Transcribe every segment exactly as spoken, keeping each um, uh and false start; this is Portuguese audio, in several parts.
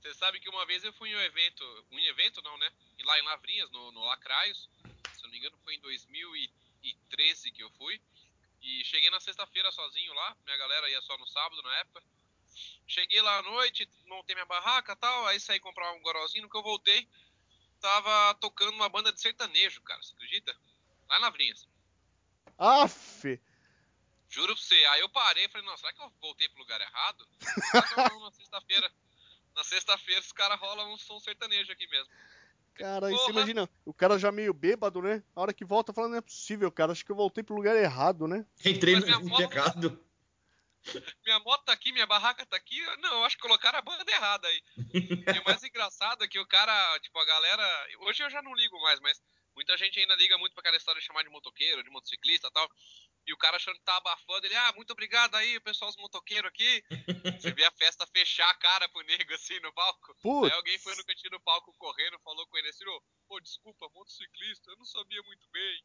Você sabe que uma vez eu fui em um evento, um evento não, né? E lá em Lavrinhas, no, no Lacraios, se eu não me engano foi em dois mil e treze que eu fui. E cheguei na sexta-feira sozinho lá, minha galera ia só no sábado na época. Cheguei lá à noite, montei minha barraca e tal, aí saí comprar um gorozinho, no que eu voltei, tava tocando uma banda de sertanejo, cara, você acredita? Lá em Lavrinhas. Aff! Juro pra você, aí eu parei e falei, não, será que eu voltei pro lugar errado? Ah, não, não, na sexta-feira. Na sexta-feira os caras rolam um som sertanejo aqui mesmo. Cara, aí você Porra! imagina, o cara já meio bêbado, né? A hora que volta, fala, não é possível, cara, acho que eu voltei pro lugar errado, né? Entrei Mas no minha evento moto, errado. minha moto tá aqui, minha barraca tá aqui. Não, eu acho que colocaram a banda errada aí. E o mais engraçado é que o cara, tipo, a galera. Hoje eu já não ligo mais, mas muita gente ainda liga muito pra aquela história de chamar de motoqueiro, de motociclista e tal. E o cara achando que tá abafando, ele, ah, muito obrigado aí, pessoal, os motoqueiros aqui. Você vê a festa fechar a cara pro nego assim no palco. Aí alguém foi no Putz! cantinho do palco correndo, falou com ele assim, ô, oh, desculpa, motociclista, eu não sabia muito bem.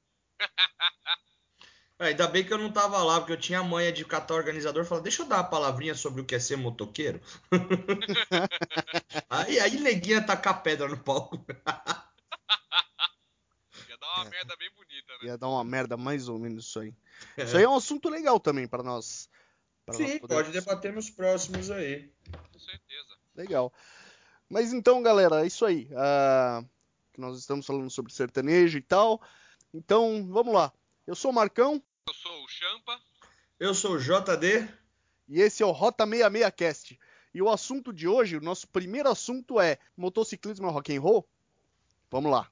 Ah, ainda bem que eu não tava lá, porque eu tinha a manha de catar o organizador e falar, deixa eu dar uma palavrinha sobre o que é ser motoqueiro. Aí, aí neguinha tacar pedra no palco. Ia dar uma É, merda bem bonita, né? ia dar uma merda mais ou menos isso aí. Isso aí é um assunto legal também pra nós, para nós Sim, pode podermos. debater nos próximos aí. Com certeza. Legal. Mas então, galera, é isso aí. Ah, que nós estamos falando sobre sertanejo e tal. Então, vamos lá. Eu sou o Marcão Eu sou o Champa. Eu sou o J D. e esse é o Rota sessenta e seis Cast. E o assunto de hoje, o nosso primeiro assunto é motociclismo e rock and roll. Vamos lá.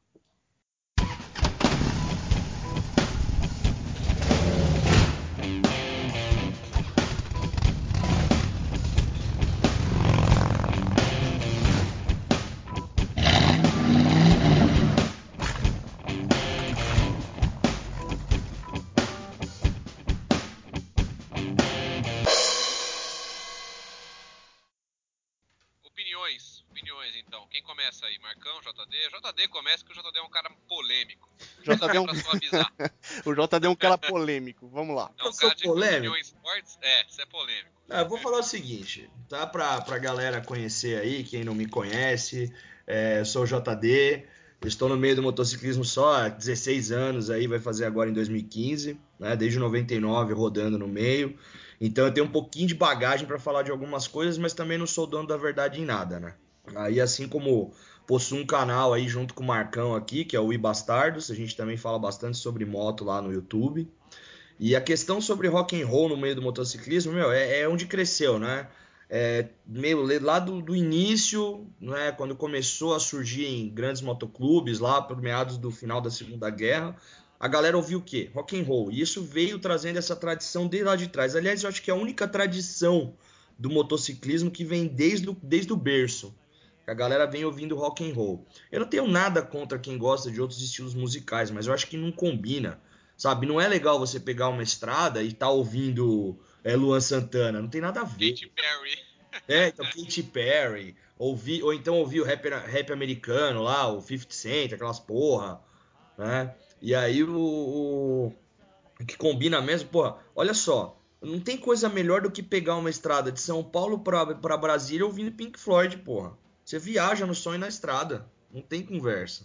Opiniões. Opiniões, então. Quem começa aí? Marcão, J D? J D começa, que o J D é um cara polêmico. Só J D é um... pra suavizar. o J D é um cara polêmico. Vamos lá. É Eu um sou cara de polêmico. opiniões fortes? É, você é polêmico. Ah, eu vou falar o seguinte, tá? Pra, pra galera conhecer aí, quem não me conhece, é, eu sou o J D, estou no meio do motociclismo só há dezesseis anos aí, vai fazer agora em dois mil e quinze, né? Desde noventa e nove rodando no meio. Então eu tenho um pouquinho de bagagem para falar de algumas coisas, mas também não sou dono da verdade em nada, né? Aí assim como possuo um canal aí junto com o Marcão aqui, que é o iBastardos, a gente também fala bastante sobre moto lá no YouTube. E a questão sobre rock and roll no meio do motociclismo, meu, é, é onde cresceu, né? É, meio lá do, do início, né, quando começou a surgir em grandes motoclubes, lá por meados do final da Segunda Guerra, a galera ouviu o quê? Rock and roll. E isso veio trazendo essa tradição desde lá de trás. Aliás, eu acho que é a única tradição do motociclismo que vem desde o, desde o berço. A galera vem ouvindo rock and roll. Eu não tenho nada contra quem gosta de outros estilos musicais, mas eu acho que não combina. Sabe, não é legal você pegar uma estrada e tá ouvindo é, Luan Santana, não tem nada a ver. Katy Perry. É, então Katy Perry, ouvir, ou então ouvir o rap, rap americano lá, o fifty Cent, aquelas porra, né? E aí o, o, o que combina mesmo, porra, olha só, não tem coisa melhor do que pegar uma estrada de São Paulo pra, pra Brasília ouvindo Pink Floyd, porra. Você viaja no som e na estrada, não tem conversa.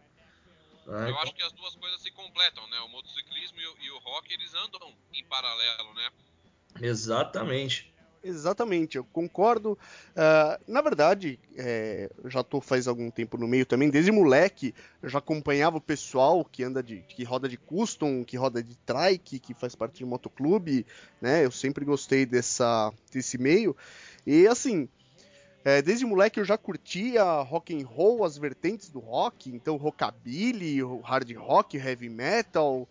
Né? Eu Então, acho que as duas coisas se completam, né? O motociclismo e o, e o rock, eles andam em paralelo, né? exatamente. Exatamente, eu concordo. Uh, na verdade, é, eu já tô faz algum tempo no meio também. Desde moleque, eu já acompanhava o pessoal que anda de, que roda de custom, que roda de trike, que faz parte de motoclube, né? Eu sempre gostei dessa, desse meio. E assim, é, desde moleque eu já curtia rock and roll, as vertentes do rock, então rockabilly, hard rock, heavy metal,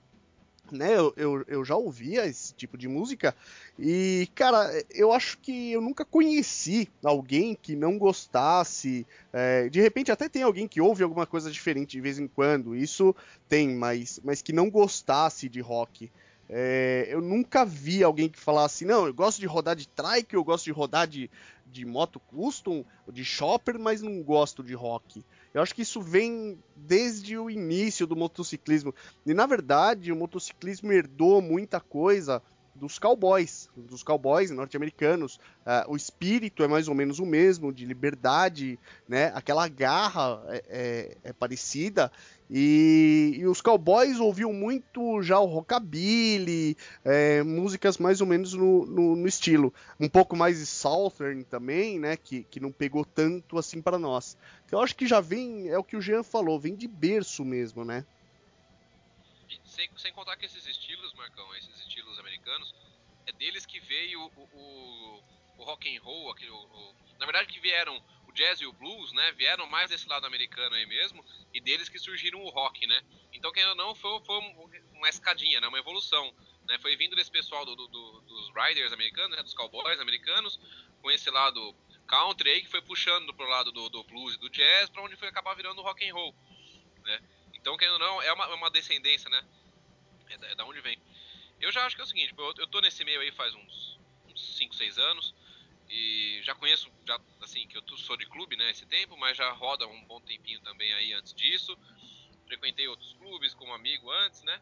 né, eu, eu, eu já ouvia esse tipo de música e, cara, eu acho que eu nunca conheci alguém que não gostasse. É, de repente até tem alguém que ouve alguma coisa diferente de vez em quando, isso tem, mas, mas que não gostasse de rock. É, eu nunca vi alguém que falasse, não, eu gosto de rodar de trike, eu gosto de rodar de, de moto custom, de chopper, mas não gosto de rock. Eu acho que isso vem desde o início do motociclismo. E na verdade, o motociclismo herdou muita coisa dos cowboys, dos cowboys norte-americanos. Uh, o espírito é mais ou menos o mesmo, de liberdade, né? Aquela garra é, é, é parecida. E, e os cowboys ouviam muito já o rockabilly, é, músicas mais ou menos no, no, no estilo. Um pouco mais de Southern também, né? Que, que não pegou tanto assim para nós. Então eu acho que já vem, é o que o Jean falou, vem de berço mesmo, né? Sem, sem contar que esses estilos, Marcão, esses estilos americanos, é deles que veio o, o, o rock and roll, aquele, o, o, na verdade que vieram o jazz e o blues, né, vieram mais desse lado americano aí mesmo, e deles que surgiram o rock, né, então quem ou não foi, foi uma escadinha, né, uma evolução, né, foi vindo desse pessoal do, do, do, dos riders americanos, né, dos cowboys americanos, com esse lado country aí, que foi puxando pro lado do, do blues e do jazz, para onde foi acabar virando o rock and roll, né, então quem ou não é uma, uma descendência, né, é da, é da onde vem. Eu já acho que é o seguinte, eu, eu tô nesse meio aí faz uns cinco, seis anos, e já conheço, já, assim, que eu sou de clube, né, esse tempo, mas já roda um bom tempinho também aí antes disso. Frequentei outros clubes como amigo antes, né,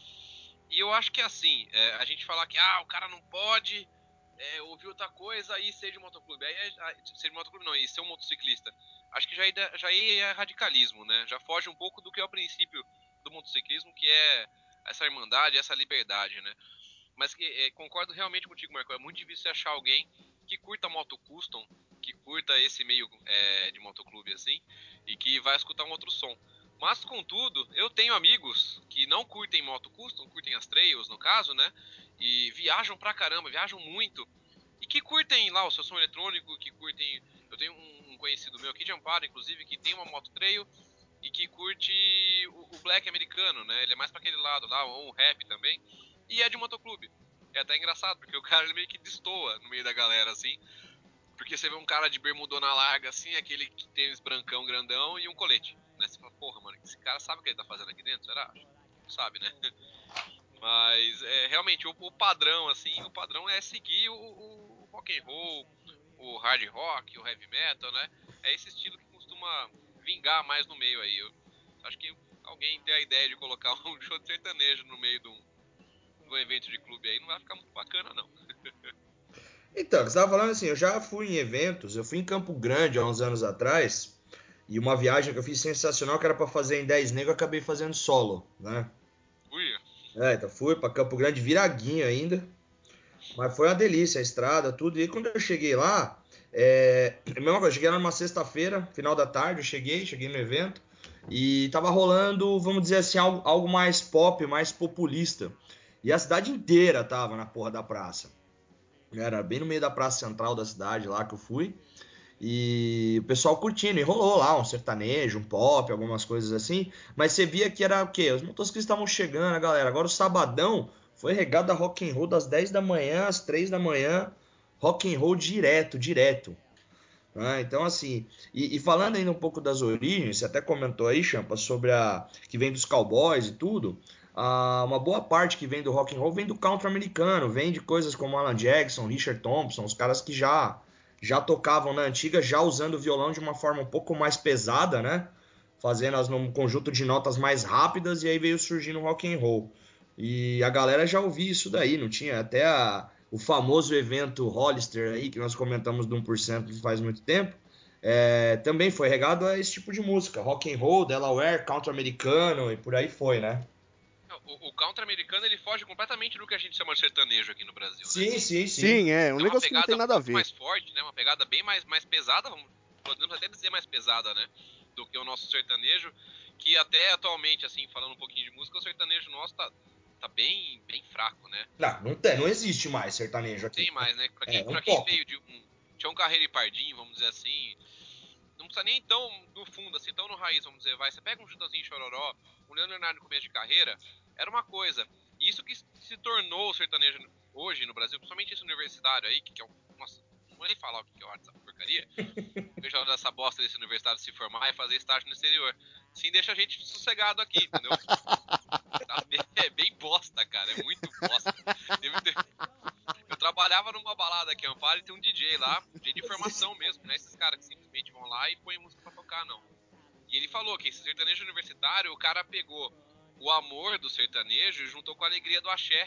e eu acho que é assim, é, a gente falar que, ah, o cara não pode é, ouvir outra coisa e ser de motoclube, aí é, ser de motoclube não, e ser um motociclista, acho que já, é, já é radicalismo, né, já foge um pouco do que é o princípio do motociclismo, que é essa irmandade, essa liberdade, né. Mas que, é, concordo realmente contigo, Marco. É muito difícil achar alguém que curta moto custom, que curta esse meio é, de motoclube assim, e que vai escutar um outro som. Mas, contudo, eu tenho amigos que não curtem moto custom, curtem as trails, no caso, né? E viajam pra caramba, viajam muito. E que curtem lá o seu som eletrônico, que curtem... Eu tenho um conhecido meu aqui de Amparo, inclusive, que tem uma moto trail e que curte o, o black americano, né? Ele é mais pra aquele lado lá, ou o rap também. E é de motoclube. É até engraçado, porque o cara ele meio que destoa no meio da galera, assim. Porque você vê um cara de bermudona larga, assim, aquele que tem esse brancão grandão e um colete. Né? Você fala, porra, mano, esse cara sabe o que ele tá fazendo aqui dentro? Será? Não sabe, né? Mas, é, realmente, o, o padrão, assim, o padrão é seguir o, o rock and roll, o hard rock, o heavy metal, né? É esse estilo que costuma vingar mais no meio aí. Eu acho que alguém ter a ideia de colocar um show de sertanejo no meio de um, de um evento de clube aí não vai ficar muito bacana, não. Então, você estava falando assim, eu já fui em eventos, eu fui em Campo Grande há uns anos atrás, e uma viagem que eu fiz sensacional, que era para fazer em dez negros, eu acabei fazendo solo, né? Ui, É, então fui para Campo Grande, viraguinho ainda, mas foi uma delícia a estrada, tudo. E quando eu cheguei lá, é, a mesma coisa, eu cheguei lá numa sexta-feira, final da tarde, eu cheguei, cheguei no evento, e tava rolando, vamos dizer assim, algo, algo mais pop, mais populista. E a cidade inteira tava na porra da praça. Era bem no meio da praça central da cidade lá que eu fui. E o pessoal curtindo, e rolou lá um sertanejo, um pop, algumas coisas assim. Mas você via que era o quê? Os motociclistas estavam chegando, a galera. Agora o sabadão foi regado a rock and roll das dez da manhã às três da manhã. Rock and roll direto, direto. Ah, então, assim, e, e falando ainda um pouco das origens, você até comentou aí, Champa, sobre a que vem dos cowboys e tudo. Ah, uma boa parte que vem do rock and roll vem do country americano, vem de coisas como Alan Jackson, Richard Thompson, os caras que já já tocavam na antiga, já usando o violão de uma forma um pouco mais pesada, né? Fazendo as num conjunto de notas mais rápidas e aí veio surgindo o rock and roll. E a galera já ouvia isso daí, não tinha até a o famoso evento Hollister aí, que nós comentamos do um por cento faz muito tempo, é, também foi regado a esse tipo de música, rock and roll, Delaware, country americano e por aí foi, né? o, o country americano ele foge completamente do que a gente chama de sertanejo aqui no Brasil, né? Sim, sim, sim. Sim, é um É uma negócio que não tem pegada nada a muito ver. mais forte, né? Uma pegada bem mais, mais pesada, vamos, podemos até dizer mais pesada, né? Do que o nosso sertanejo, que até atualmente, assim, falando um pouquinho de música, o sertanejo nosso tá, tá bem, bem fraco, né? Não, não, tem, não existe mais sertanejo Não aqui. tem mais, né? Pra É, quem, é um pra quem pop. veio de um. Tinha um Carreiro e Pardinho, vamos dizer assim. Não precisa nem tão no fundo, assim, tão no raiz, vamos dizer, vai. Você pega um Chitãozinho Chororó, um Leandro Leonardo no começo de carreira, era uma coisa. E isso que se tornou o sertanejo hoje no Brasil, principalmente esse universitário aí, que, que é um. Nossa, não vou nem falar o que é essa porcaria. Veja essa bosta desse universitário se formar e fazer estágio no exterior. Sim, deixa a gente sossegado aqui, entendeu? Tá bem, é bem bosta, cara. É muito bosta. Teve, teve, eu trabalhava numa balada aqui em Amparo e tem um D J lá, D J de formação mesmo, não é esses caras que simplesmente vão lá e põem música pra tocar, não. E ele falou que esse sertanejo universitário, o cara pegou o amor do sertanejo e juntou com a alegria do axé.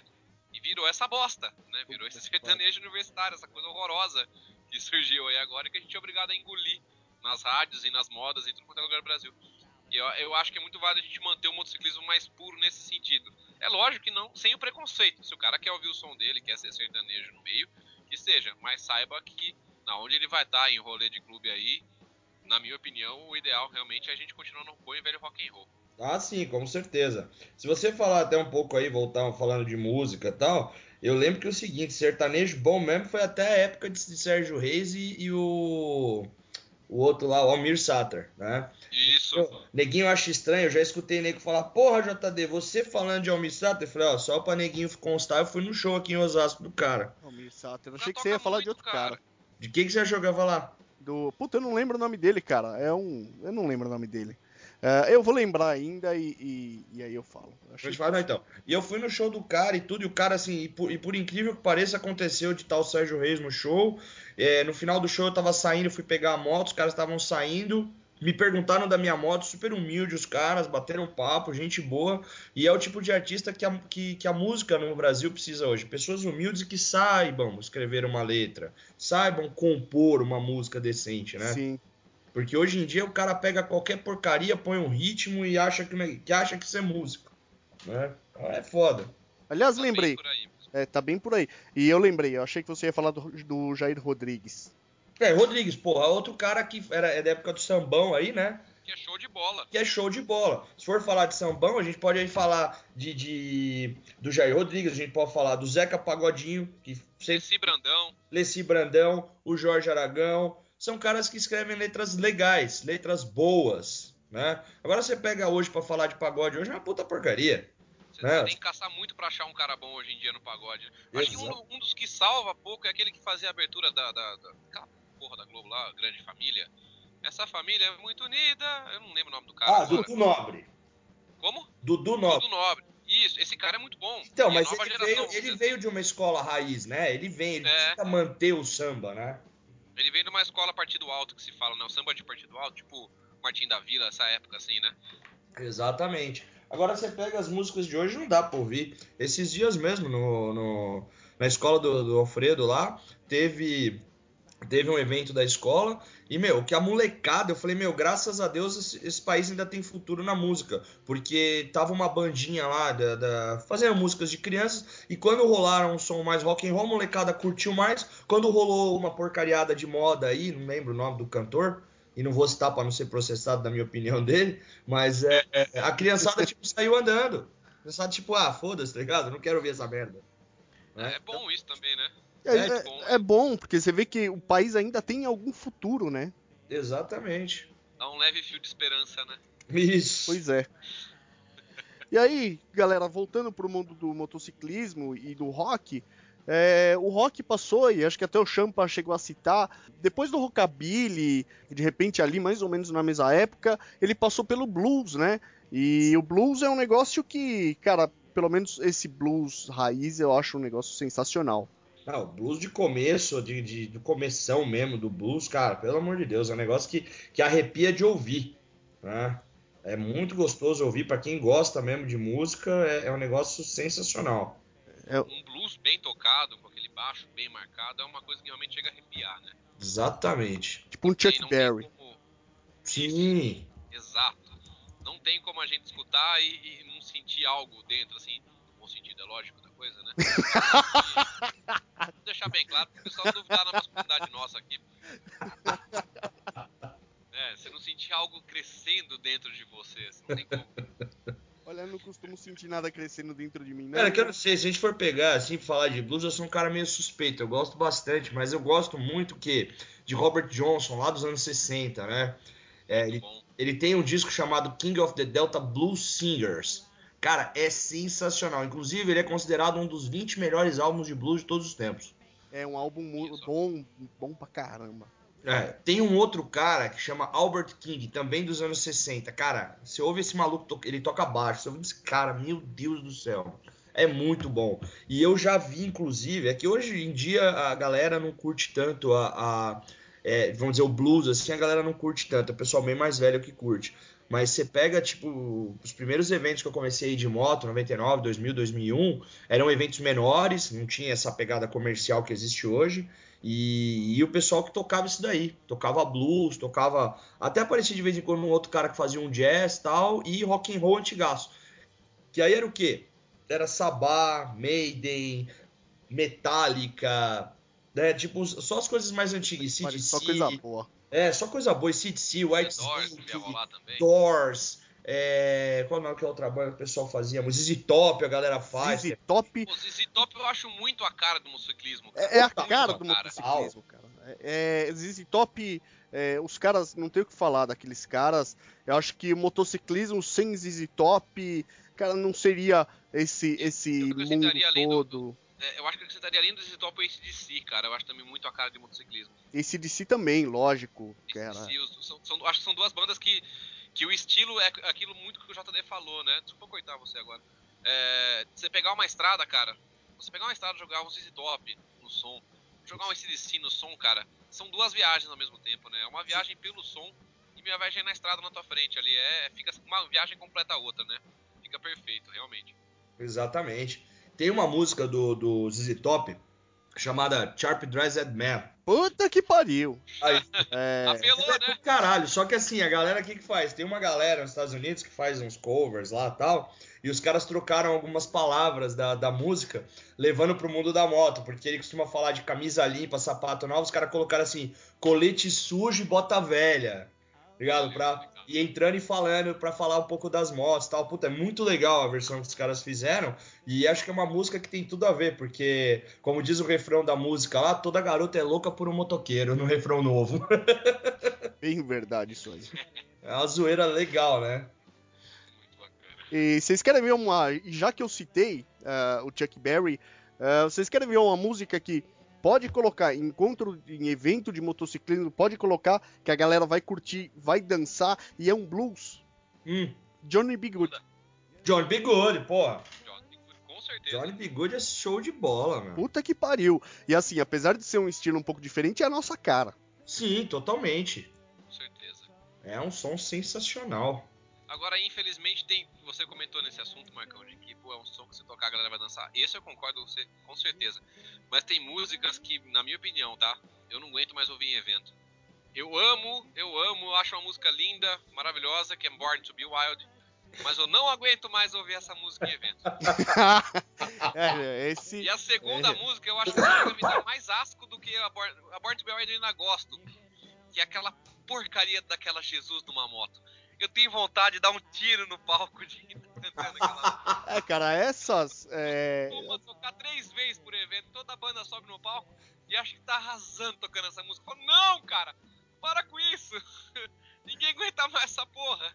E virou essa bosta, né? Virou esse sertanejo universitário, essa coisa horrorosa que surgiu aí agora e que a gente é obrigado a engolir nas rádios e nas modas e tudo quanto é lugar do Brasil. E eu, eu acho que é muito válido a gente manter o motociclismo mais puro nesse sentido. É lógico que não, sem o preconceito. Se o cara quer ouvir o som dele, quer ser sertanejo no meio, que seja. Mas saiba que na onde ele vai estar em rolê de clube aí, na minha opinião, o ideal realmente é a gente continuar no bom e velho rock and roll. Ah, sim, com certeza. Se você falar até um pouco aí, voltar falando de música e tal, eu lembro que é o seguinte, sertanejo bom mesmo foi até a época de, de Sérgio Reis e, e o, o outro lá, o Almir Sater, né? Isso. Eu, neguinho acha estranho, eu já escutei nego falar, porra, J D, você falando de Almir Sater? Eu falei, ó, só pra neguinho constar, eu fui no show aqui em Osasco do cara. Almir Sater. Eu O achei cara que você ia toca falar de muito, outro cara. cara. De que, que você achou que eu ia falar? Do. Puta, eu não lembro o nome dele, cara. É um. Eu não lembro o nome dele. É, eu vou lembrar ainda e, e, e aí eu falo. Eu Vou achei te que... falar, não, então. E eu fui no show do cara e tudo, e o cara, assim, e por, e por incrível que pareça, aconteceu de tal Sérgio Reis no show. É, no final do show eu tava saindo, eu fui pegar a moto, os caras estavam saindo, me perguntaram da minha moto, super humilde os caras, bateram papo, gente boa. E é o tipo de artista que a, que, que a música no Brasil precisa hoje. Pessoas humildes que saibam escrever uma letra, saibam compor uma música decente, né? Sim. Porque hoje em dia o cara pega qualquer porcaria, põe um ritmo e acha que, que, acha que isso é música, né? É foda. Aliás, Tá lembrei. bem por aí. É, tá bem por aí. E eu lembrei, eu achei que você ia falar do, do Jair Rodrigues. É, Rodrigues, porra, outro cara que era é da época do sambão aí, né? Que é show de bola. Que é show de bola. Se for falar de sambão, a gente pode aí falar de, de do Jair Rodrigues, a gente pode falar do Zeca Pagodinho, que sempre... Leci Brandão. Leci Brandão, o Jorge Aragão. São caras que escrevem letras legais, letras boas, né? Agora você pega hoje pra falar de pagode, hoje é uma puta porcaria. Você Né? tem que caçar muito pra achar um cara bom hoje em dia no pagode. Né? Acho que um, Exato. um dos que salva pouco é aquele que fazia a abertura da, da, da aquela porra da Globo lá, Grande Família. Essa família é muito unida. Eu não lembro o nome do cara Ah, agora. Dudu Nobre. Como? Dudu Nobre. Dudu Nobre. Isso, esse cara é muito bom. Então, E a mas nova ele geração, veio, vamos ele dizer veio assim. de uma escola raiz, né? Ele vem, ele É, tenta manter o samba, né? ele veio de uma escola partido alto que se fala, né? O samba de partido alto, tipo Martim da Vila, essa época assim, né? Exatamente. Agora você pega as músicas de hoje, não dá pra ouvir. Esses dias mesmo, no, no- na escola do, do Alfredo lá, teve, teve um evento da escola e, meu, que a molecada, eu falei, meu, graças a Deus esse, esse país ainda tem futuro na música, porque tava uma bandinha lá da, da- fazendo músicas de crianças e quando rolaram um som mais rock and roll, a molecada curtiu mais. Quando rolou uma porcariada de moda aí, não lembro o nome do cantor, e não vou citar para não ser processado da minha opinião dele, mas é, é, a criançada tipo saiu andando. A criançada tipo, ah, foda-se, tá ligado? Eu não quero ouvir essa merda. Né? É bom isso também, né? É, É, Muito é, bom é mesmo. bom, porque você vê que o país ainda tem algum futuro, né? exatamente. Dá um leve fio de esperança, né? Isso. Pois é. E aí, galera, voltando pro mundo do motociclismo e do rock, é, o rock passou, e acho que até o Champa chegou a citar, depois do rockabilly, de repente ali mais ou menos na mesma época, ele passou pelo blues, né? E o blues é um negócio que, cara, pelo menos esse blues raiz eu acho um negócio sensacional. Ah, o blues de começo, de, de, do começão mesmo do blues, cara, pelo amor de Deus, é um negócio que, que arrepia de ouvir, né? É muito gostoso ouvir, para quem gosta mesmo de música, é, é um negócio sensacional. É, Um blues bem tocado, com aquele baixo bem marcado, é uma coisa que realmente chega a arrepiar, né? Exatamente. tipo um Não tem, Chuck não tem Berry. como. Isso, Sim. exato. Não tem como a gente escutar e, e não sentir algo dentro, assim, no bom sentido, é lógico da coisa, né? Vou deixar bem claro pro pessoal duvidar na masculinidade nossa aqui. É, você não sentir algo crescendo dentro de você, assim, não tem como. Olha, eu não costumo sentir nada crescendo dentro de mim, Cara, não. que eu não sei, se a gente for pegar, assim, falar de blues, eu sou um cara meio suspeito, eu gosto bastante, mas eu gosto muito que de Robert Johnson, lá dos anos sessenta, né? É, Muito ele, bom. ele tem um disco chamado King of the Delta Blues Singers. Cara, é sensacional. Inclusive, ele é considerado um dos vinte melhores álbuns de blues de todos os tempos. É um álbum mu- Isso. bom, bom pra caramba. É, tem um outro cara que chama Albert King, também dos anos sessenta. Cara, você ouve esse maluco, to- ele toca baixo. Você ouve esse cara, meu Deus do céu. É muito bom. E eu já vi, inclusive, é que hoje em dia a galera não curte tanto a, a- é, vamos dizer, o blues, assim, a galera não curte tanto, é o pessoal bem mais velho que curte. Mas você pega, tipo, os primeiros eventos que eu comecei a ir de moto, noventa e nove, dois mil, dois mil e um, eram eventos menores, não tinha essa pegada comercial que existe hoje, e, e o pessoal que tocava isso daí, tocava blues, tocava, até aparecia de vez em quando um outro cara que fazia um jazz e tal, e rock and roll antigaço. Que aí era o quê? Era Sabá, Maiden, Metallica, né? Tipo, só as coisas mais antigas, Parece só coisa C D C, boa. é, só coisa boa, C D C, The White Doors devia Snake, rolar também. Doors, é, qual é que é outra banda que o pessoal fazia? Z Z Top, a galera faz. Z Z Top Pô, Z Z Top eu acho muito a cara do motociclismo, cara. é, é a Total, cara Muito do a cara. motociclismo, cara. É, é, Z Z Top, é, os caras, não tem o que falar daqueles caras. Eu acho que o motociclismo sem Z Z Top, cara, não seria esse, esse Eu mundo acrescentaria além do, todo. é, eu acho que acrescentaria além do Z Z Top o A C D C, cara. Eu acho também muito a cara de motociclismo. Esse D C também, lógico, que era. A C D C, os- são, são- acho que são duas bandas que, que o estilo é aquilo muito que o J D falou, né? Desculpa cortar você agora. É, você pegar uma estrada, cara, você pegar uma estrada e jogar um Z Z Top no som, jogar um A C D C no som, cara, são duas viagens ao mesmo tempo, né? Uma viagem pelo som e uma viagem na estrada na tua frente ali. É, fica uma viagem completa a outra, né? Fica perfeito, realmente. Exatamente. Tem uma música do, do Z Z Top chamada Sharp Dressed Man. Puta que pariu! Aí, É, Apelou, ela é né? do caralho, só que assim, a galera o que que faz? Tem uma galera nos Estados Unidos que faz uns covers lá e tal, e os caras trocaram algumas palavras da, da música, levando pro mundo da moto, porque ele costuma falar de camisa limpa, sapato novo, os caras colocaram assim, colete sujo e bota velha, ligado? Pra, e entrando e falando, pra falar um pouco das motos e tal. Puta, é muito legal a versão que os caras fizeram, e acho que é uma música que tem tudo a ver, porque, como diz o refrão da música lá, toda garota é louca por um motoqueiro, no refrão novo. bem verdade isso aí. É uma zoeira legal, né? Muito bacana. E vocês querem ver uma. E já que eu citei uh, o Chuck Berry, uh, vocês querem ver uma música que pode colocar em encontro, em evento de motociclismo, pode colocar que a galera vai curtir, vai dançar e é um blues? Hum, Johnny B. Good. Johnny B. Good, porra. Johnny, com certeza. Johnny B. Good é show de bola, meu. Puta que pariu. E assim, apesar de ser um estilo um pouco diferente, é a nossa cara. Sim, totalmente. Com certeza. É um som sensacional. Agora, infelizmente, tem. Você comentou nesse assunto, Marcão, de que pô, é um som que você tocar a galera vai dançar. Esse eu concordo com você, com certeza. Mas tem músicas que, na minha opinião, tá? Eu não aguento mais ouvir em evento. Eu amo, eu amo, acho uma música linda, maravilhosa, que é Born to Be Wild. Mas eu não aguento mais ouvir essa música em evento. é, esse. E a segunda é... música, eu acho que chega a me dar mais asco do que a Born, a Born to Be Wild eu ainda gosto. Que é aquela porcaria daquela Jesus numa moto. Eu tenho vontade de dar um tiro no palco de cantando aquela. É, cara, essas. É... Costuma tocar três vezes por evento, toda a banda sobe no palco e acha que tá arrasando tocando essa música. Eu falo, não, cara, para com isso. Ninguém aguenta mais essa porra.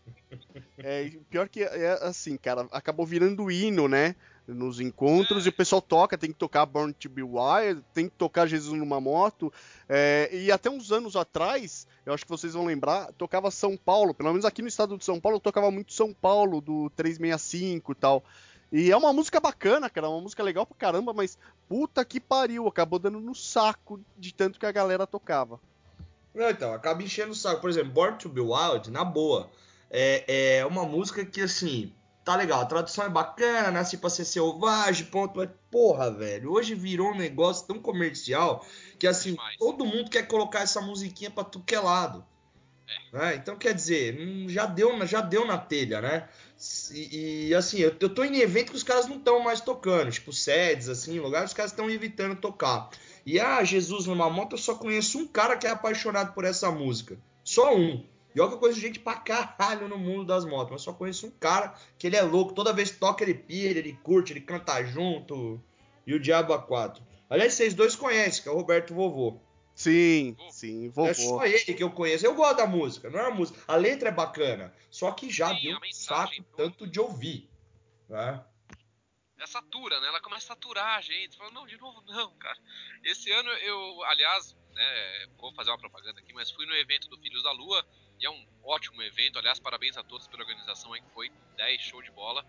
É, pior que é assim, cara, acabou virando hino, né? Nos encontros, é. E o pessoal toca, tem que tocar Born to Be Wild, tem que tocar Jesus numa moto. É, e até uns anos atrás, eu acho que vocês vão lembrar, tocava São Paulo, pelo menos aqui no estado de São Paulo, tocava muito São Paulo, do trezentos e sessenta e cinco e tal. E é uma música bacana, cara, uma música legal pra caramba, mas puta que pariu, acabou dando no saco de tanto que a galera tocava. Não, então, acaba enchendo o saco. Por exemplo, Born to Be Wild, na boa. É, é uma música que, assim, tá legal. A tradução é bacana, nasce pra ser selvagem, ponto. Mas, porra, velho, hoje virou um negócio tão comercial que, assim, Demais. todo mundo quer colocar essa musiquinha pra tudo que é lado. É. Né? Então, quer dizer, já deu, já deu na telha, né? E, e assim, eu, eu tô em evento que os caras não estão mais tocando, tipo, sedes, assim, lugares os caras estão evitando tocar. E, ah, Jesus numa moto, eu só conheço um cara que é apaixonado por essa música. Só um. E olha que eu conheço gente pra caralho no mundo das motos, mas só conheço um cara que ele é louco. Toda vez que toca, ele pira, ele curte, ele canta junto. E o diabo a quatro. Aliás, vocês dois conhecem, que é o Roberto Vovô. Sim, sim, vovô. É só ele que eu conheço. Eu gosto da música, não é uma música. A letra é bacana, só que já Sim, deu a um mensagem saco toda. tanto de ouvir. Né? É satura, né? Ela começa a saturar a gente. Você fala, não, de novo, não, cara. Esse ano eu, aliás, né, vou fazer uma propaganda aqui, mas fui no evento do Filhos da Lua, e é um ótimo evento. Aliás, parabéns a todos pela organização aí, que foi dez, show de bola.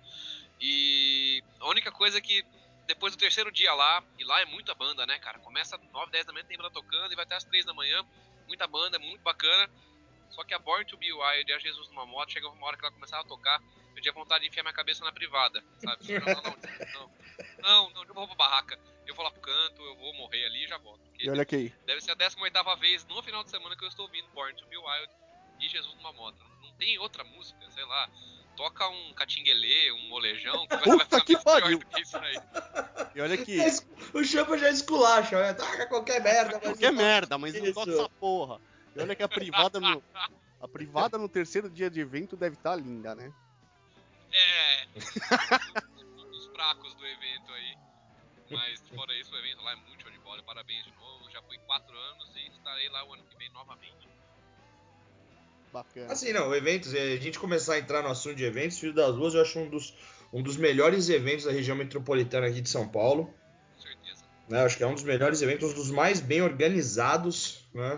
E a única coisa é que depois do terceiro dia lá, e lá é muita banda, né, cara? Começa às nove, dez da manhã, tem banda tocando, e vai até às três da manhã. muita banda, muito bacana. Só que a Born to Be Wild e a Jesus numa Moto, chegou uma hora que ela começava a tocar, eu tinha vontade de enfiar minha cabeça na privada, sabe? Não, não, não, não, não, não, eu vou pra barraca, eu vou lá pro canto, eu vou morrer ali e já volto. E olha aqui. Deve ser a décima oitava vez no final de semana que eu estou ouvindo Born to Be Wild e Jesus numa Moto. Não tem outra música, sei lá, toca um catinguelê, um molejão, que vai, vai Puta ficar que mesmo pior pariu. do que isso aí. E olha aqui. O Champa já esculacha, né? Toca qualquer merda, mas Qualquer não merda, mas isso. não toca essa porra. E olha que a privada no. A privada no terceiro dia de evento deve estar linda, né? É, um dos fracos do evento aí. Mas fora isso, o evento lá é muito show de bola. Parabéns de novo. Já fui quatro anos e estarei lá o ano que vem novamente. Bacana. Assim, não, o evento, se a gente começar a entrar no assunto de eventos, Filho das Ruas eu acho um dos, um dos melhores eventos da região metropolitana aqui de São Paulo. Com certeza. Né? Acho que é um dos melhores eventos, um dos mais bem organizados, né?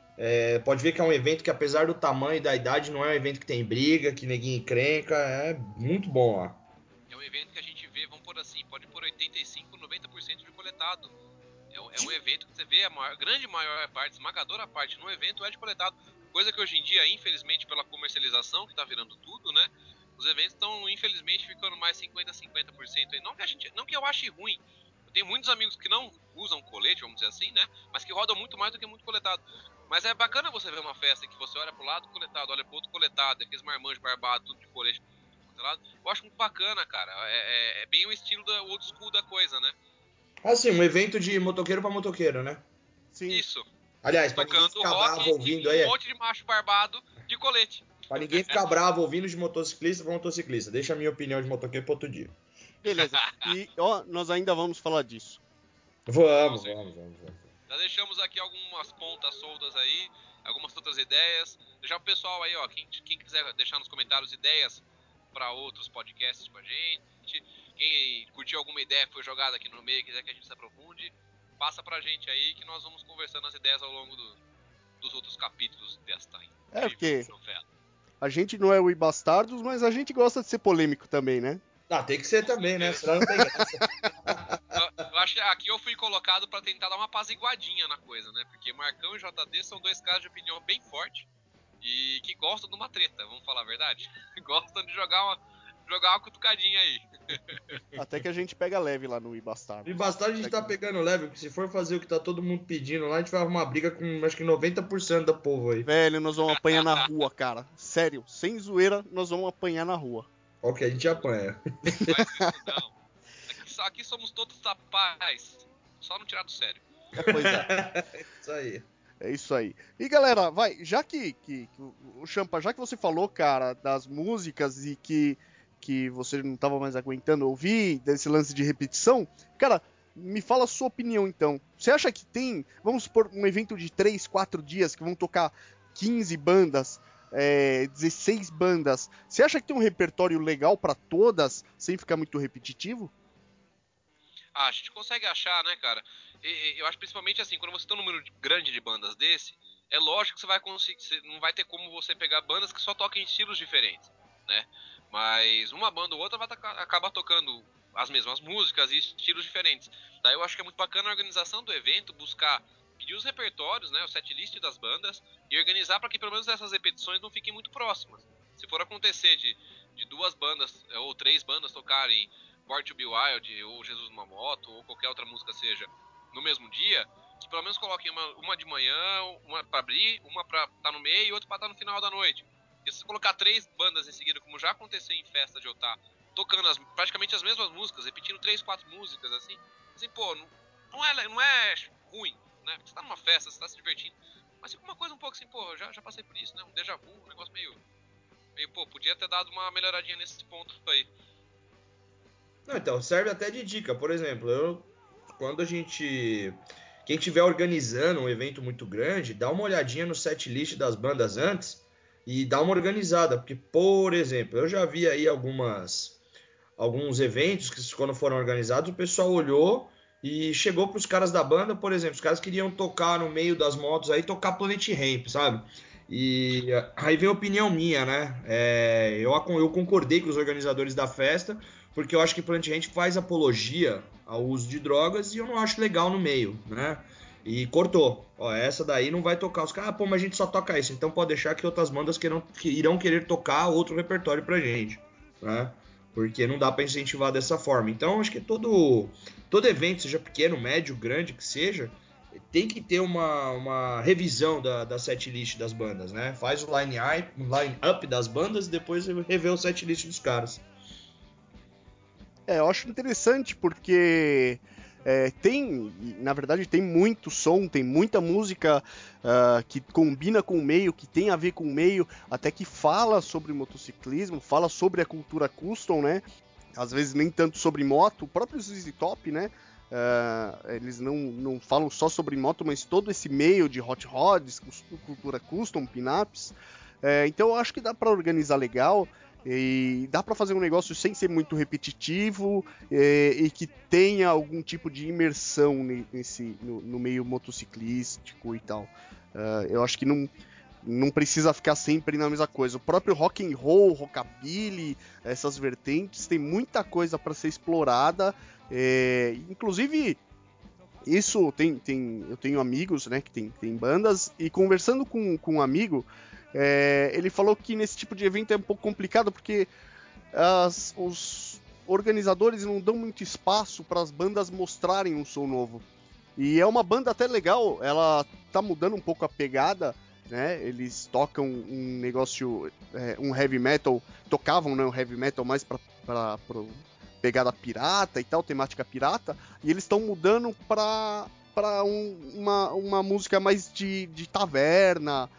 É, pode ver que é um evento que, apesar do tamanho e da idade, não é um evento que tem briga, que neguinho encrenca, é muito bom lá. É um evento que a gente vê, vamos por assim, pode pôr oitenta e cinco, noventa por cento de coletado. É um, é um evento que você vê a maior, grande maior parte, esmagadora parte no evento é de coletado. Coisa que hoje em dia, infelizmente, pela comercialização, que tá virando tudo, né? Os eventos estão, infelizmente, ficando mais cinquenta a cinquenta por cento aí. Não que, a gente, não que eu ache ruim. Eu tenho muitos amigos que não usam colete, vamos dizer assim, né? Mas que rodam muito mais do que muito coletado. Mas é bacana você ver uma festa que você olha pro lado coletado, olha pro outro coletado, aqueles marmanjos barbados, tudo de colete. Eu acho muito bacana, cara. É, é, é bem o estilo da old school da coisa, né? Assim, um evento de motoqueiro pra motoqueiro, né? Sim. Isso. Aliás, pra ninguém Tocando ficar rock bravo ouvindo e aí. um monte de macho barbado de colete. Pra ninguém ficar bravo ouvindo de motociclista pra motociclista. Deixa a minha opinião de motoqueiro pra outro dia. Beleza. E, ó, nós ainda vamos falar disso. Vamos, vamos, vamos, vamos. Já deixamos aqui algumas pontas soltas aí, algumas outras ideias. Já o pessoal aí, ó, quem, quem quiser deixar nos comentários ideias para outros podcasts com a gente, quem curtiu alguma ideia que foi jogada aqui no meio, quiser que a gente se aprofunde, passa pra gente aí que nós vamos conversando as ideias ao longo do, dos outros capítulos desta É, porque novela. a gente não é o Ibastardos, mas a gente gosta de ser polêmico também, né? Ah, tem que ser também, né? Senão não tem graça. Eu, eu acho que aqui eu fui colocado pra tentar dar uma apaziguadinha na coisa, né? Porque Marcão e J D são dois caras de opinião bem forte e que gostam de uma treta, vamos falar a verdade? Gostam de jogar uma, jogar uma cutucadinha aí. Até que a gente pega leve lá no Ibastardos. E bastante a gente tá pegando leve, porque se for fazer o que tá todo mundo pedindo lá, a gente vai arrumar briga com acho que noventa por cento da povo aí. Velho, nós vamos apanhar na rua, cara. Sério, sem zoeira, nós vamos apanhar na rua. Ok, a gente apanha. Faz isso não. Aqui, aqui somos todos da paz, só não tirar do sério. É, pois é. Isso aí. É isso aí. E galera, vai, já que, que, que o Champa, já que você falou, cara, das músicas e que, que você não tava mais aguentando ouvir, desse lance de repetição, cara, me fala a sua opinião então. Você acha que tem, vamos supor, um evento de três, quatro dias que vão tocar quinze bandas, é, dezesseis bandas, você acha que tem um repertório legal pra todas, sem ficar muito repetitivo? Ah, a gente consegue achar, né, cara? E, e, eu acho principalmente assim, quando você tem um número grande de bandas desse, é lógico que você vai conseguir, você não vai ter como você pegar bandas que só toquem estilos diferentes, né? Mas uma banda ou outra vai acabar tocando as mesmas músicas e estilos diferentes. Daí eu acho que é muito bacana a organização do evento, buscar pedir os repertórios, né, o setlist das bandas e organizar para que pelo menos essas repetições não fiquem muito próximas. Se for acontecer de, de duas bandas ou três bandas tocarem Born to Be Wild ou Jesus numa Moto ou qualquer outra música seja no mesmo dia, que pelo menos coloquem uma, uma de manhã, uma pra abrir, uma pra estar tá no meio e outra pra estar tá no final da noite. E se você colocar três bandas em seguida, como já aconteceu em festa de eu estar tocando as, praticamente as mesmas músicas, repetindo três, quatro músicas, assim, assim, pô, não, não, é, não é ruim, né? Porque você tá numa festa, você tá se divertindo. Mas fica uma coisa um pouco assim, pô, já, já passei por isso, né? Um déjà vu, um negócio meio, meio, pô, podia ter dado uma melhoradinha nesse ponto aí. Não, então, serve até de dica. Por exemplo, eu, quando a gente... Quem estiver organizando um evento muito grande, dá uma olhadinha no setlist das bandas antes e dá uma organizada. Porque, por exemplo, eu já vi aí algumas, alguns eventos que quando foram organizados, o pessoal olhou e chegou para os caras da banda, por exemplo, os caras queriam tocar no meio das motos aí, tocar Planet Ramp, sabe? E aí vem a opinião minha, né? É, eu, eu concordei com os organizadores da festa, porque eu acho que Planet Ramp faz apologia ao uso de drogas e eu não acho legal no meio, né? e cortou. Ó, essa daí não vai tocar. Os caras, ah, pô, mas a gente só toca isso. Então pode deixar que outras bandas queiram, que irão querer tocar outro repertório pra gente, né? Porque não dá pra incentivar dessa forma. Então acho que todo, todo evento, seja pequeno, médio, grande, que seja, tem que ter uma, uma revisão da, da setlist das bandas, né? Faz o line-up line up das bandas e depois revê o setlist dos caras. É, eu acho interessante porque é, tem, na verdade, tem muito som, tem muita música uh, que combina com o meio, que tem a ver com o meio, até que fala sobre motociclismo, fala sobre a cultura custom, né? Às vezes nem tanto sobre moto, o próprio Z Z Top, né? Uh, eles não, não falam só sobre moto, mas todo esse meio de hot rods, cultura custom, pin-ups. Uh, então eu acho que dá para organizar legal. E dá para fazer um negócio sem ser muito repetitivo e, e que tenha algum tipo de imersão nesse, no, no meio motociclístico e tal. Uh, eu acho que não, não precisa ficar sempre na mesma coisa. O próprio rock and roll, rockabilly, essas vertentes, tem muita coisa para ser explorada. É, inclusive, isso tem, tem, eu tenho amigos, né, que tem, tem bandas, e conversando com, com um amigo, É, ele falou que nesse tipo de evento é um pouco complicado porque as, os organizadores não dão muito espaço para as bandas mostrarem um som novo. E é uma banda até legal, ela tá mudando um pouco a pegada, né? Eles tocam um negócio, é, um heavy metal, tocavam, né, um heavy metal mais para para pegada pirata e tal, temática pirata, e eles estão mudando para para um, uma, uma música mais de, de taverna.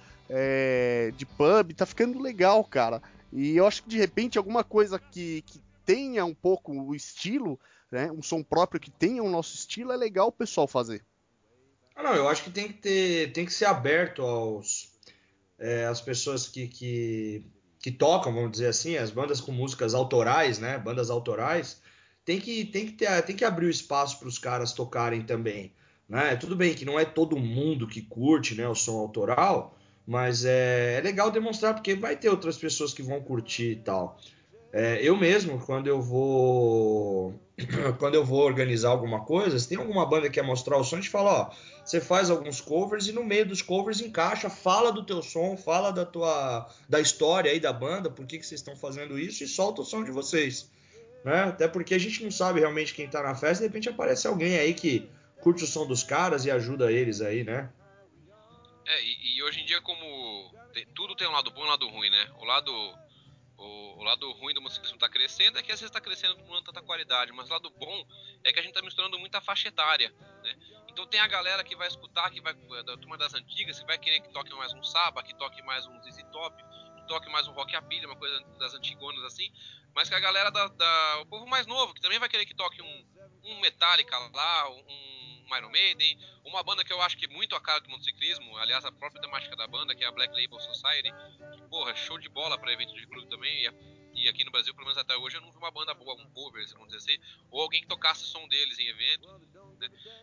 É, de pub, tá ficando legal, cara. E eu acho que de repente alguma coisa que, que tenha um pouco o estilo, né, um som próprio que tenha o nosso estilo, é legal o pessoal fazer. Ah, não, eu acho que tem que ter, tem que ser aberto aos é, as pessoas que, que, que tocam, vamos dizer assim, as bandas com músicas autorais, né, bandas autorais, tem que, tem que, ter, tem que abrir o espaço para os caras tocarem também, né? Tudo bem que não é todo mundo que curte, né, o som autoral, mas é, é legal demonstrar, porque vai ter outras pessoas que vão curtir e tal. É, eu mesmo, quando eu vou quando eu vou organizar alguma coisa, se tem alguma banda que quer mostrar o som, a gente fala, ó, você faz alguns covers e no meio dos covers encaixa, fala do teu som, fala da tua da história aí da banda, por que, que vocês estão fazendo isso e solta o som de vocês, né? Até porque a gente não sabe realmente quem tá na festa, de repente aparece alguém aí que curte o som dos caras e ajuda eles aí, né? É, e, e hoje em dia, como tem, tudo tem um lado bom e um lado ruim, né? O lado, o, o lado ruim do motociclismo tá crescendo é que às vezes tá crescendo com não tanta qualidade, mas o lado bom é que a gente tá misturando muita faixa etária, né? Então tem a galera que vai escutar, que vai da turma das antigas, que vai querer que toque mais um Saba, que toque mais um Z Z Top, que toque mais um Rockabilly, uma coisa das antigonas assim, mas que a galera da, da o povo mais novo, que também vai querer que toque um, um Metallica lá, um Iron Maiden, uma banda que eu acho que é muito a cara do motociclismo, aliás, a própria temática da banda, que é a Black Label Society, que, porra, show de bola pra evento de clube também, e, e aqui no Brasil, pelo menos até hoje, eu não vi uma banda boa, um cover, vamos dizer assim, ou alguém que tocasse o som deles em evento, né?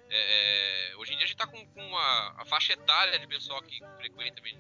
É, hoje em dia a gente tá com, com uma, a faixa etária de pessoal que frequenta evento,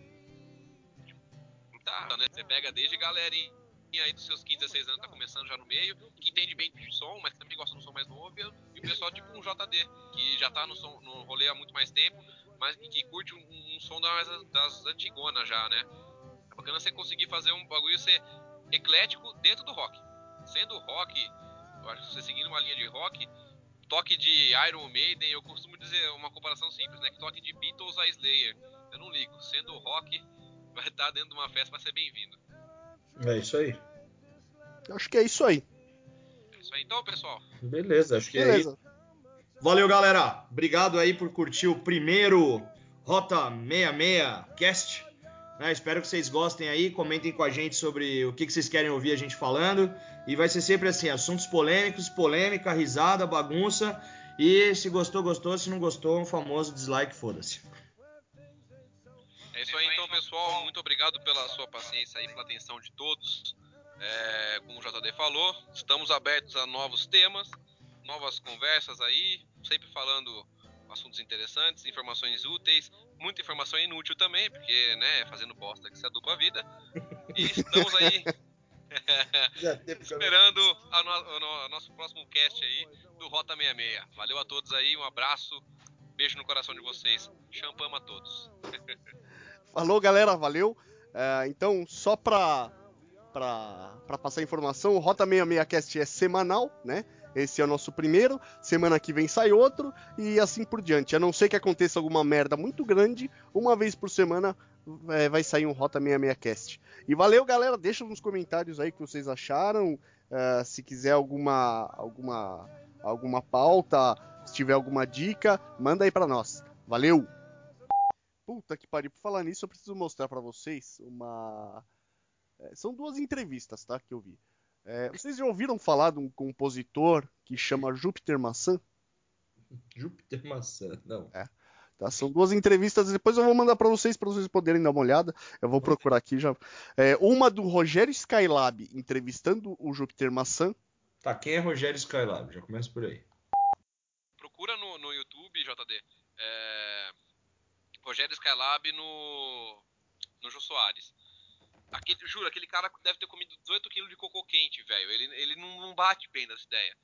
tá, né? Você pega desde galerinha aí dos seus quinze, dezesseis anos, tá começando já no meio, que entende bem de som, mas também gosta do som mais novo, e o pessoal tipo um J D, que já tá no, som, no rolê há muito mais tempo, mas que curte um, um som das, das antigonas já, né? É bacana você conseguir fazer um bagulho ser eclético dentro do rock. Sendo rock, eu acho que você seguindo uma linha de rock, toque de Iron Maiden, eu costumo dizer uma comparação simples, né? Que toque de Beatles a Slayer. Eu não ligo, sendo rock, vai estar dentro de uma festa, vai ser bem-vindo. É isso aí. Acho que é isso aí. É isso aí então, pessoal. Beleza, acho que Beleza. é isso. Valeu, galera. Obrigado aí por curtir o primeiro Rota sessenta e seis Cast. Né, espero que vocês gostem aí. Comentem com a gente sobre o que, que vocês querem ouvir a gente falando. E vai ser sempre assim, assuntos polêmicos, polêmica, risada, bagunça. E se gostou, gostou. Se não gostou, um famoso dislike, foda-se. É isso aí então, pessoal. Muito obrigado pela sua paciência aí, pela atenção de todos. É, como o J D falou, estamos abertos a novos temas, novas conversas aí, sempre falando assuntos interessantes, informações úteis, muita informação inútil também, porque, né, fazendo bosta que se aduba a vida. E estamos aí esperando a no, a no, a nosso próximo cast aí do Rota sessenta e seis. Valeu a todos aí, um abraço Beijo no coração de vocês. Champama a todos. Falou, galera, valeu. É, então, só pra, pra, pra passar a informação, o Rota sessenta e seis Cast é semanal, né? Esse é o nosso primeiro. Semana que vem sai outro e assim por diante. A não ser que aconteça alguma merda muito grande, uma vez por semana é, vai sair um Rota sessenta e seis Cast. E valeu, galera. Deixa nos comentários aí o que vocês acharam. Uh, se quiser alguma, alguma, alguma pauta, se tiver alguma dica, manda aí pra nós. Valeu! Puta que pariu. Por falar nisso, eu preciso mostrar pra vocês uma... É, são duas entrevistas, tá? Que eu vi. É, vocês já ouviram falar de um compositor que chama Júpiter Maçã? Júpiter Maçã, não. É. Tá, são duas entrevistas, depois eu vou mandar pra vocês, pra vocês poderem dar uma olhada. Eu vou procurar aqui já. É, uma do Rogério Skylab entrevistando o Júpiter Maçã. Tá, quem é Rogério Skylab? Já começa por aí. Procura no, no YouTube, J D. É... Rogério Skylab no, no Jô Soares. Aquele, juro, aquele cara deve ter comido dezoito quilos de cocô quente, velho. Ele, ele não, não bate bem nessa ideia.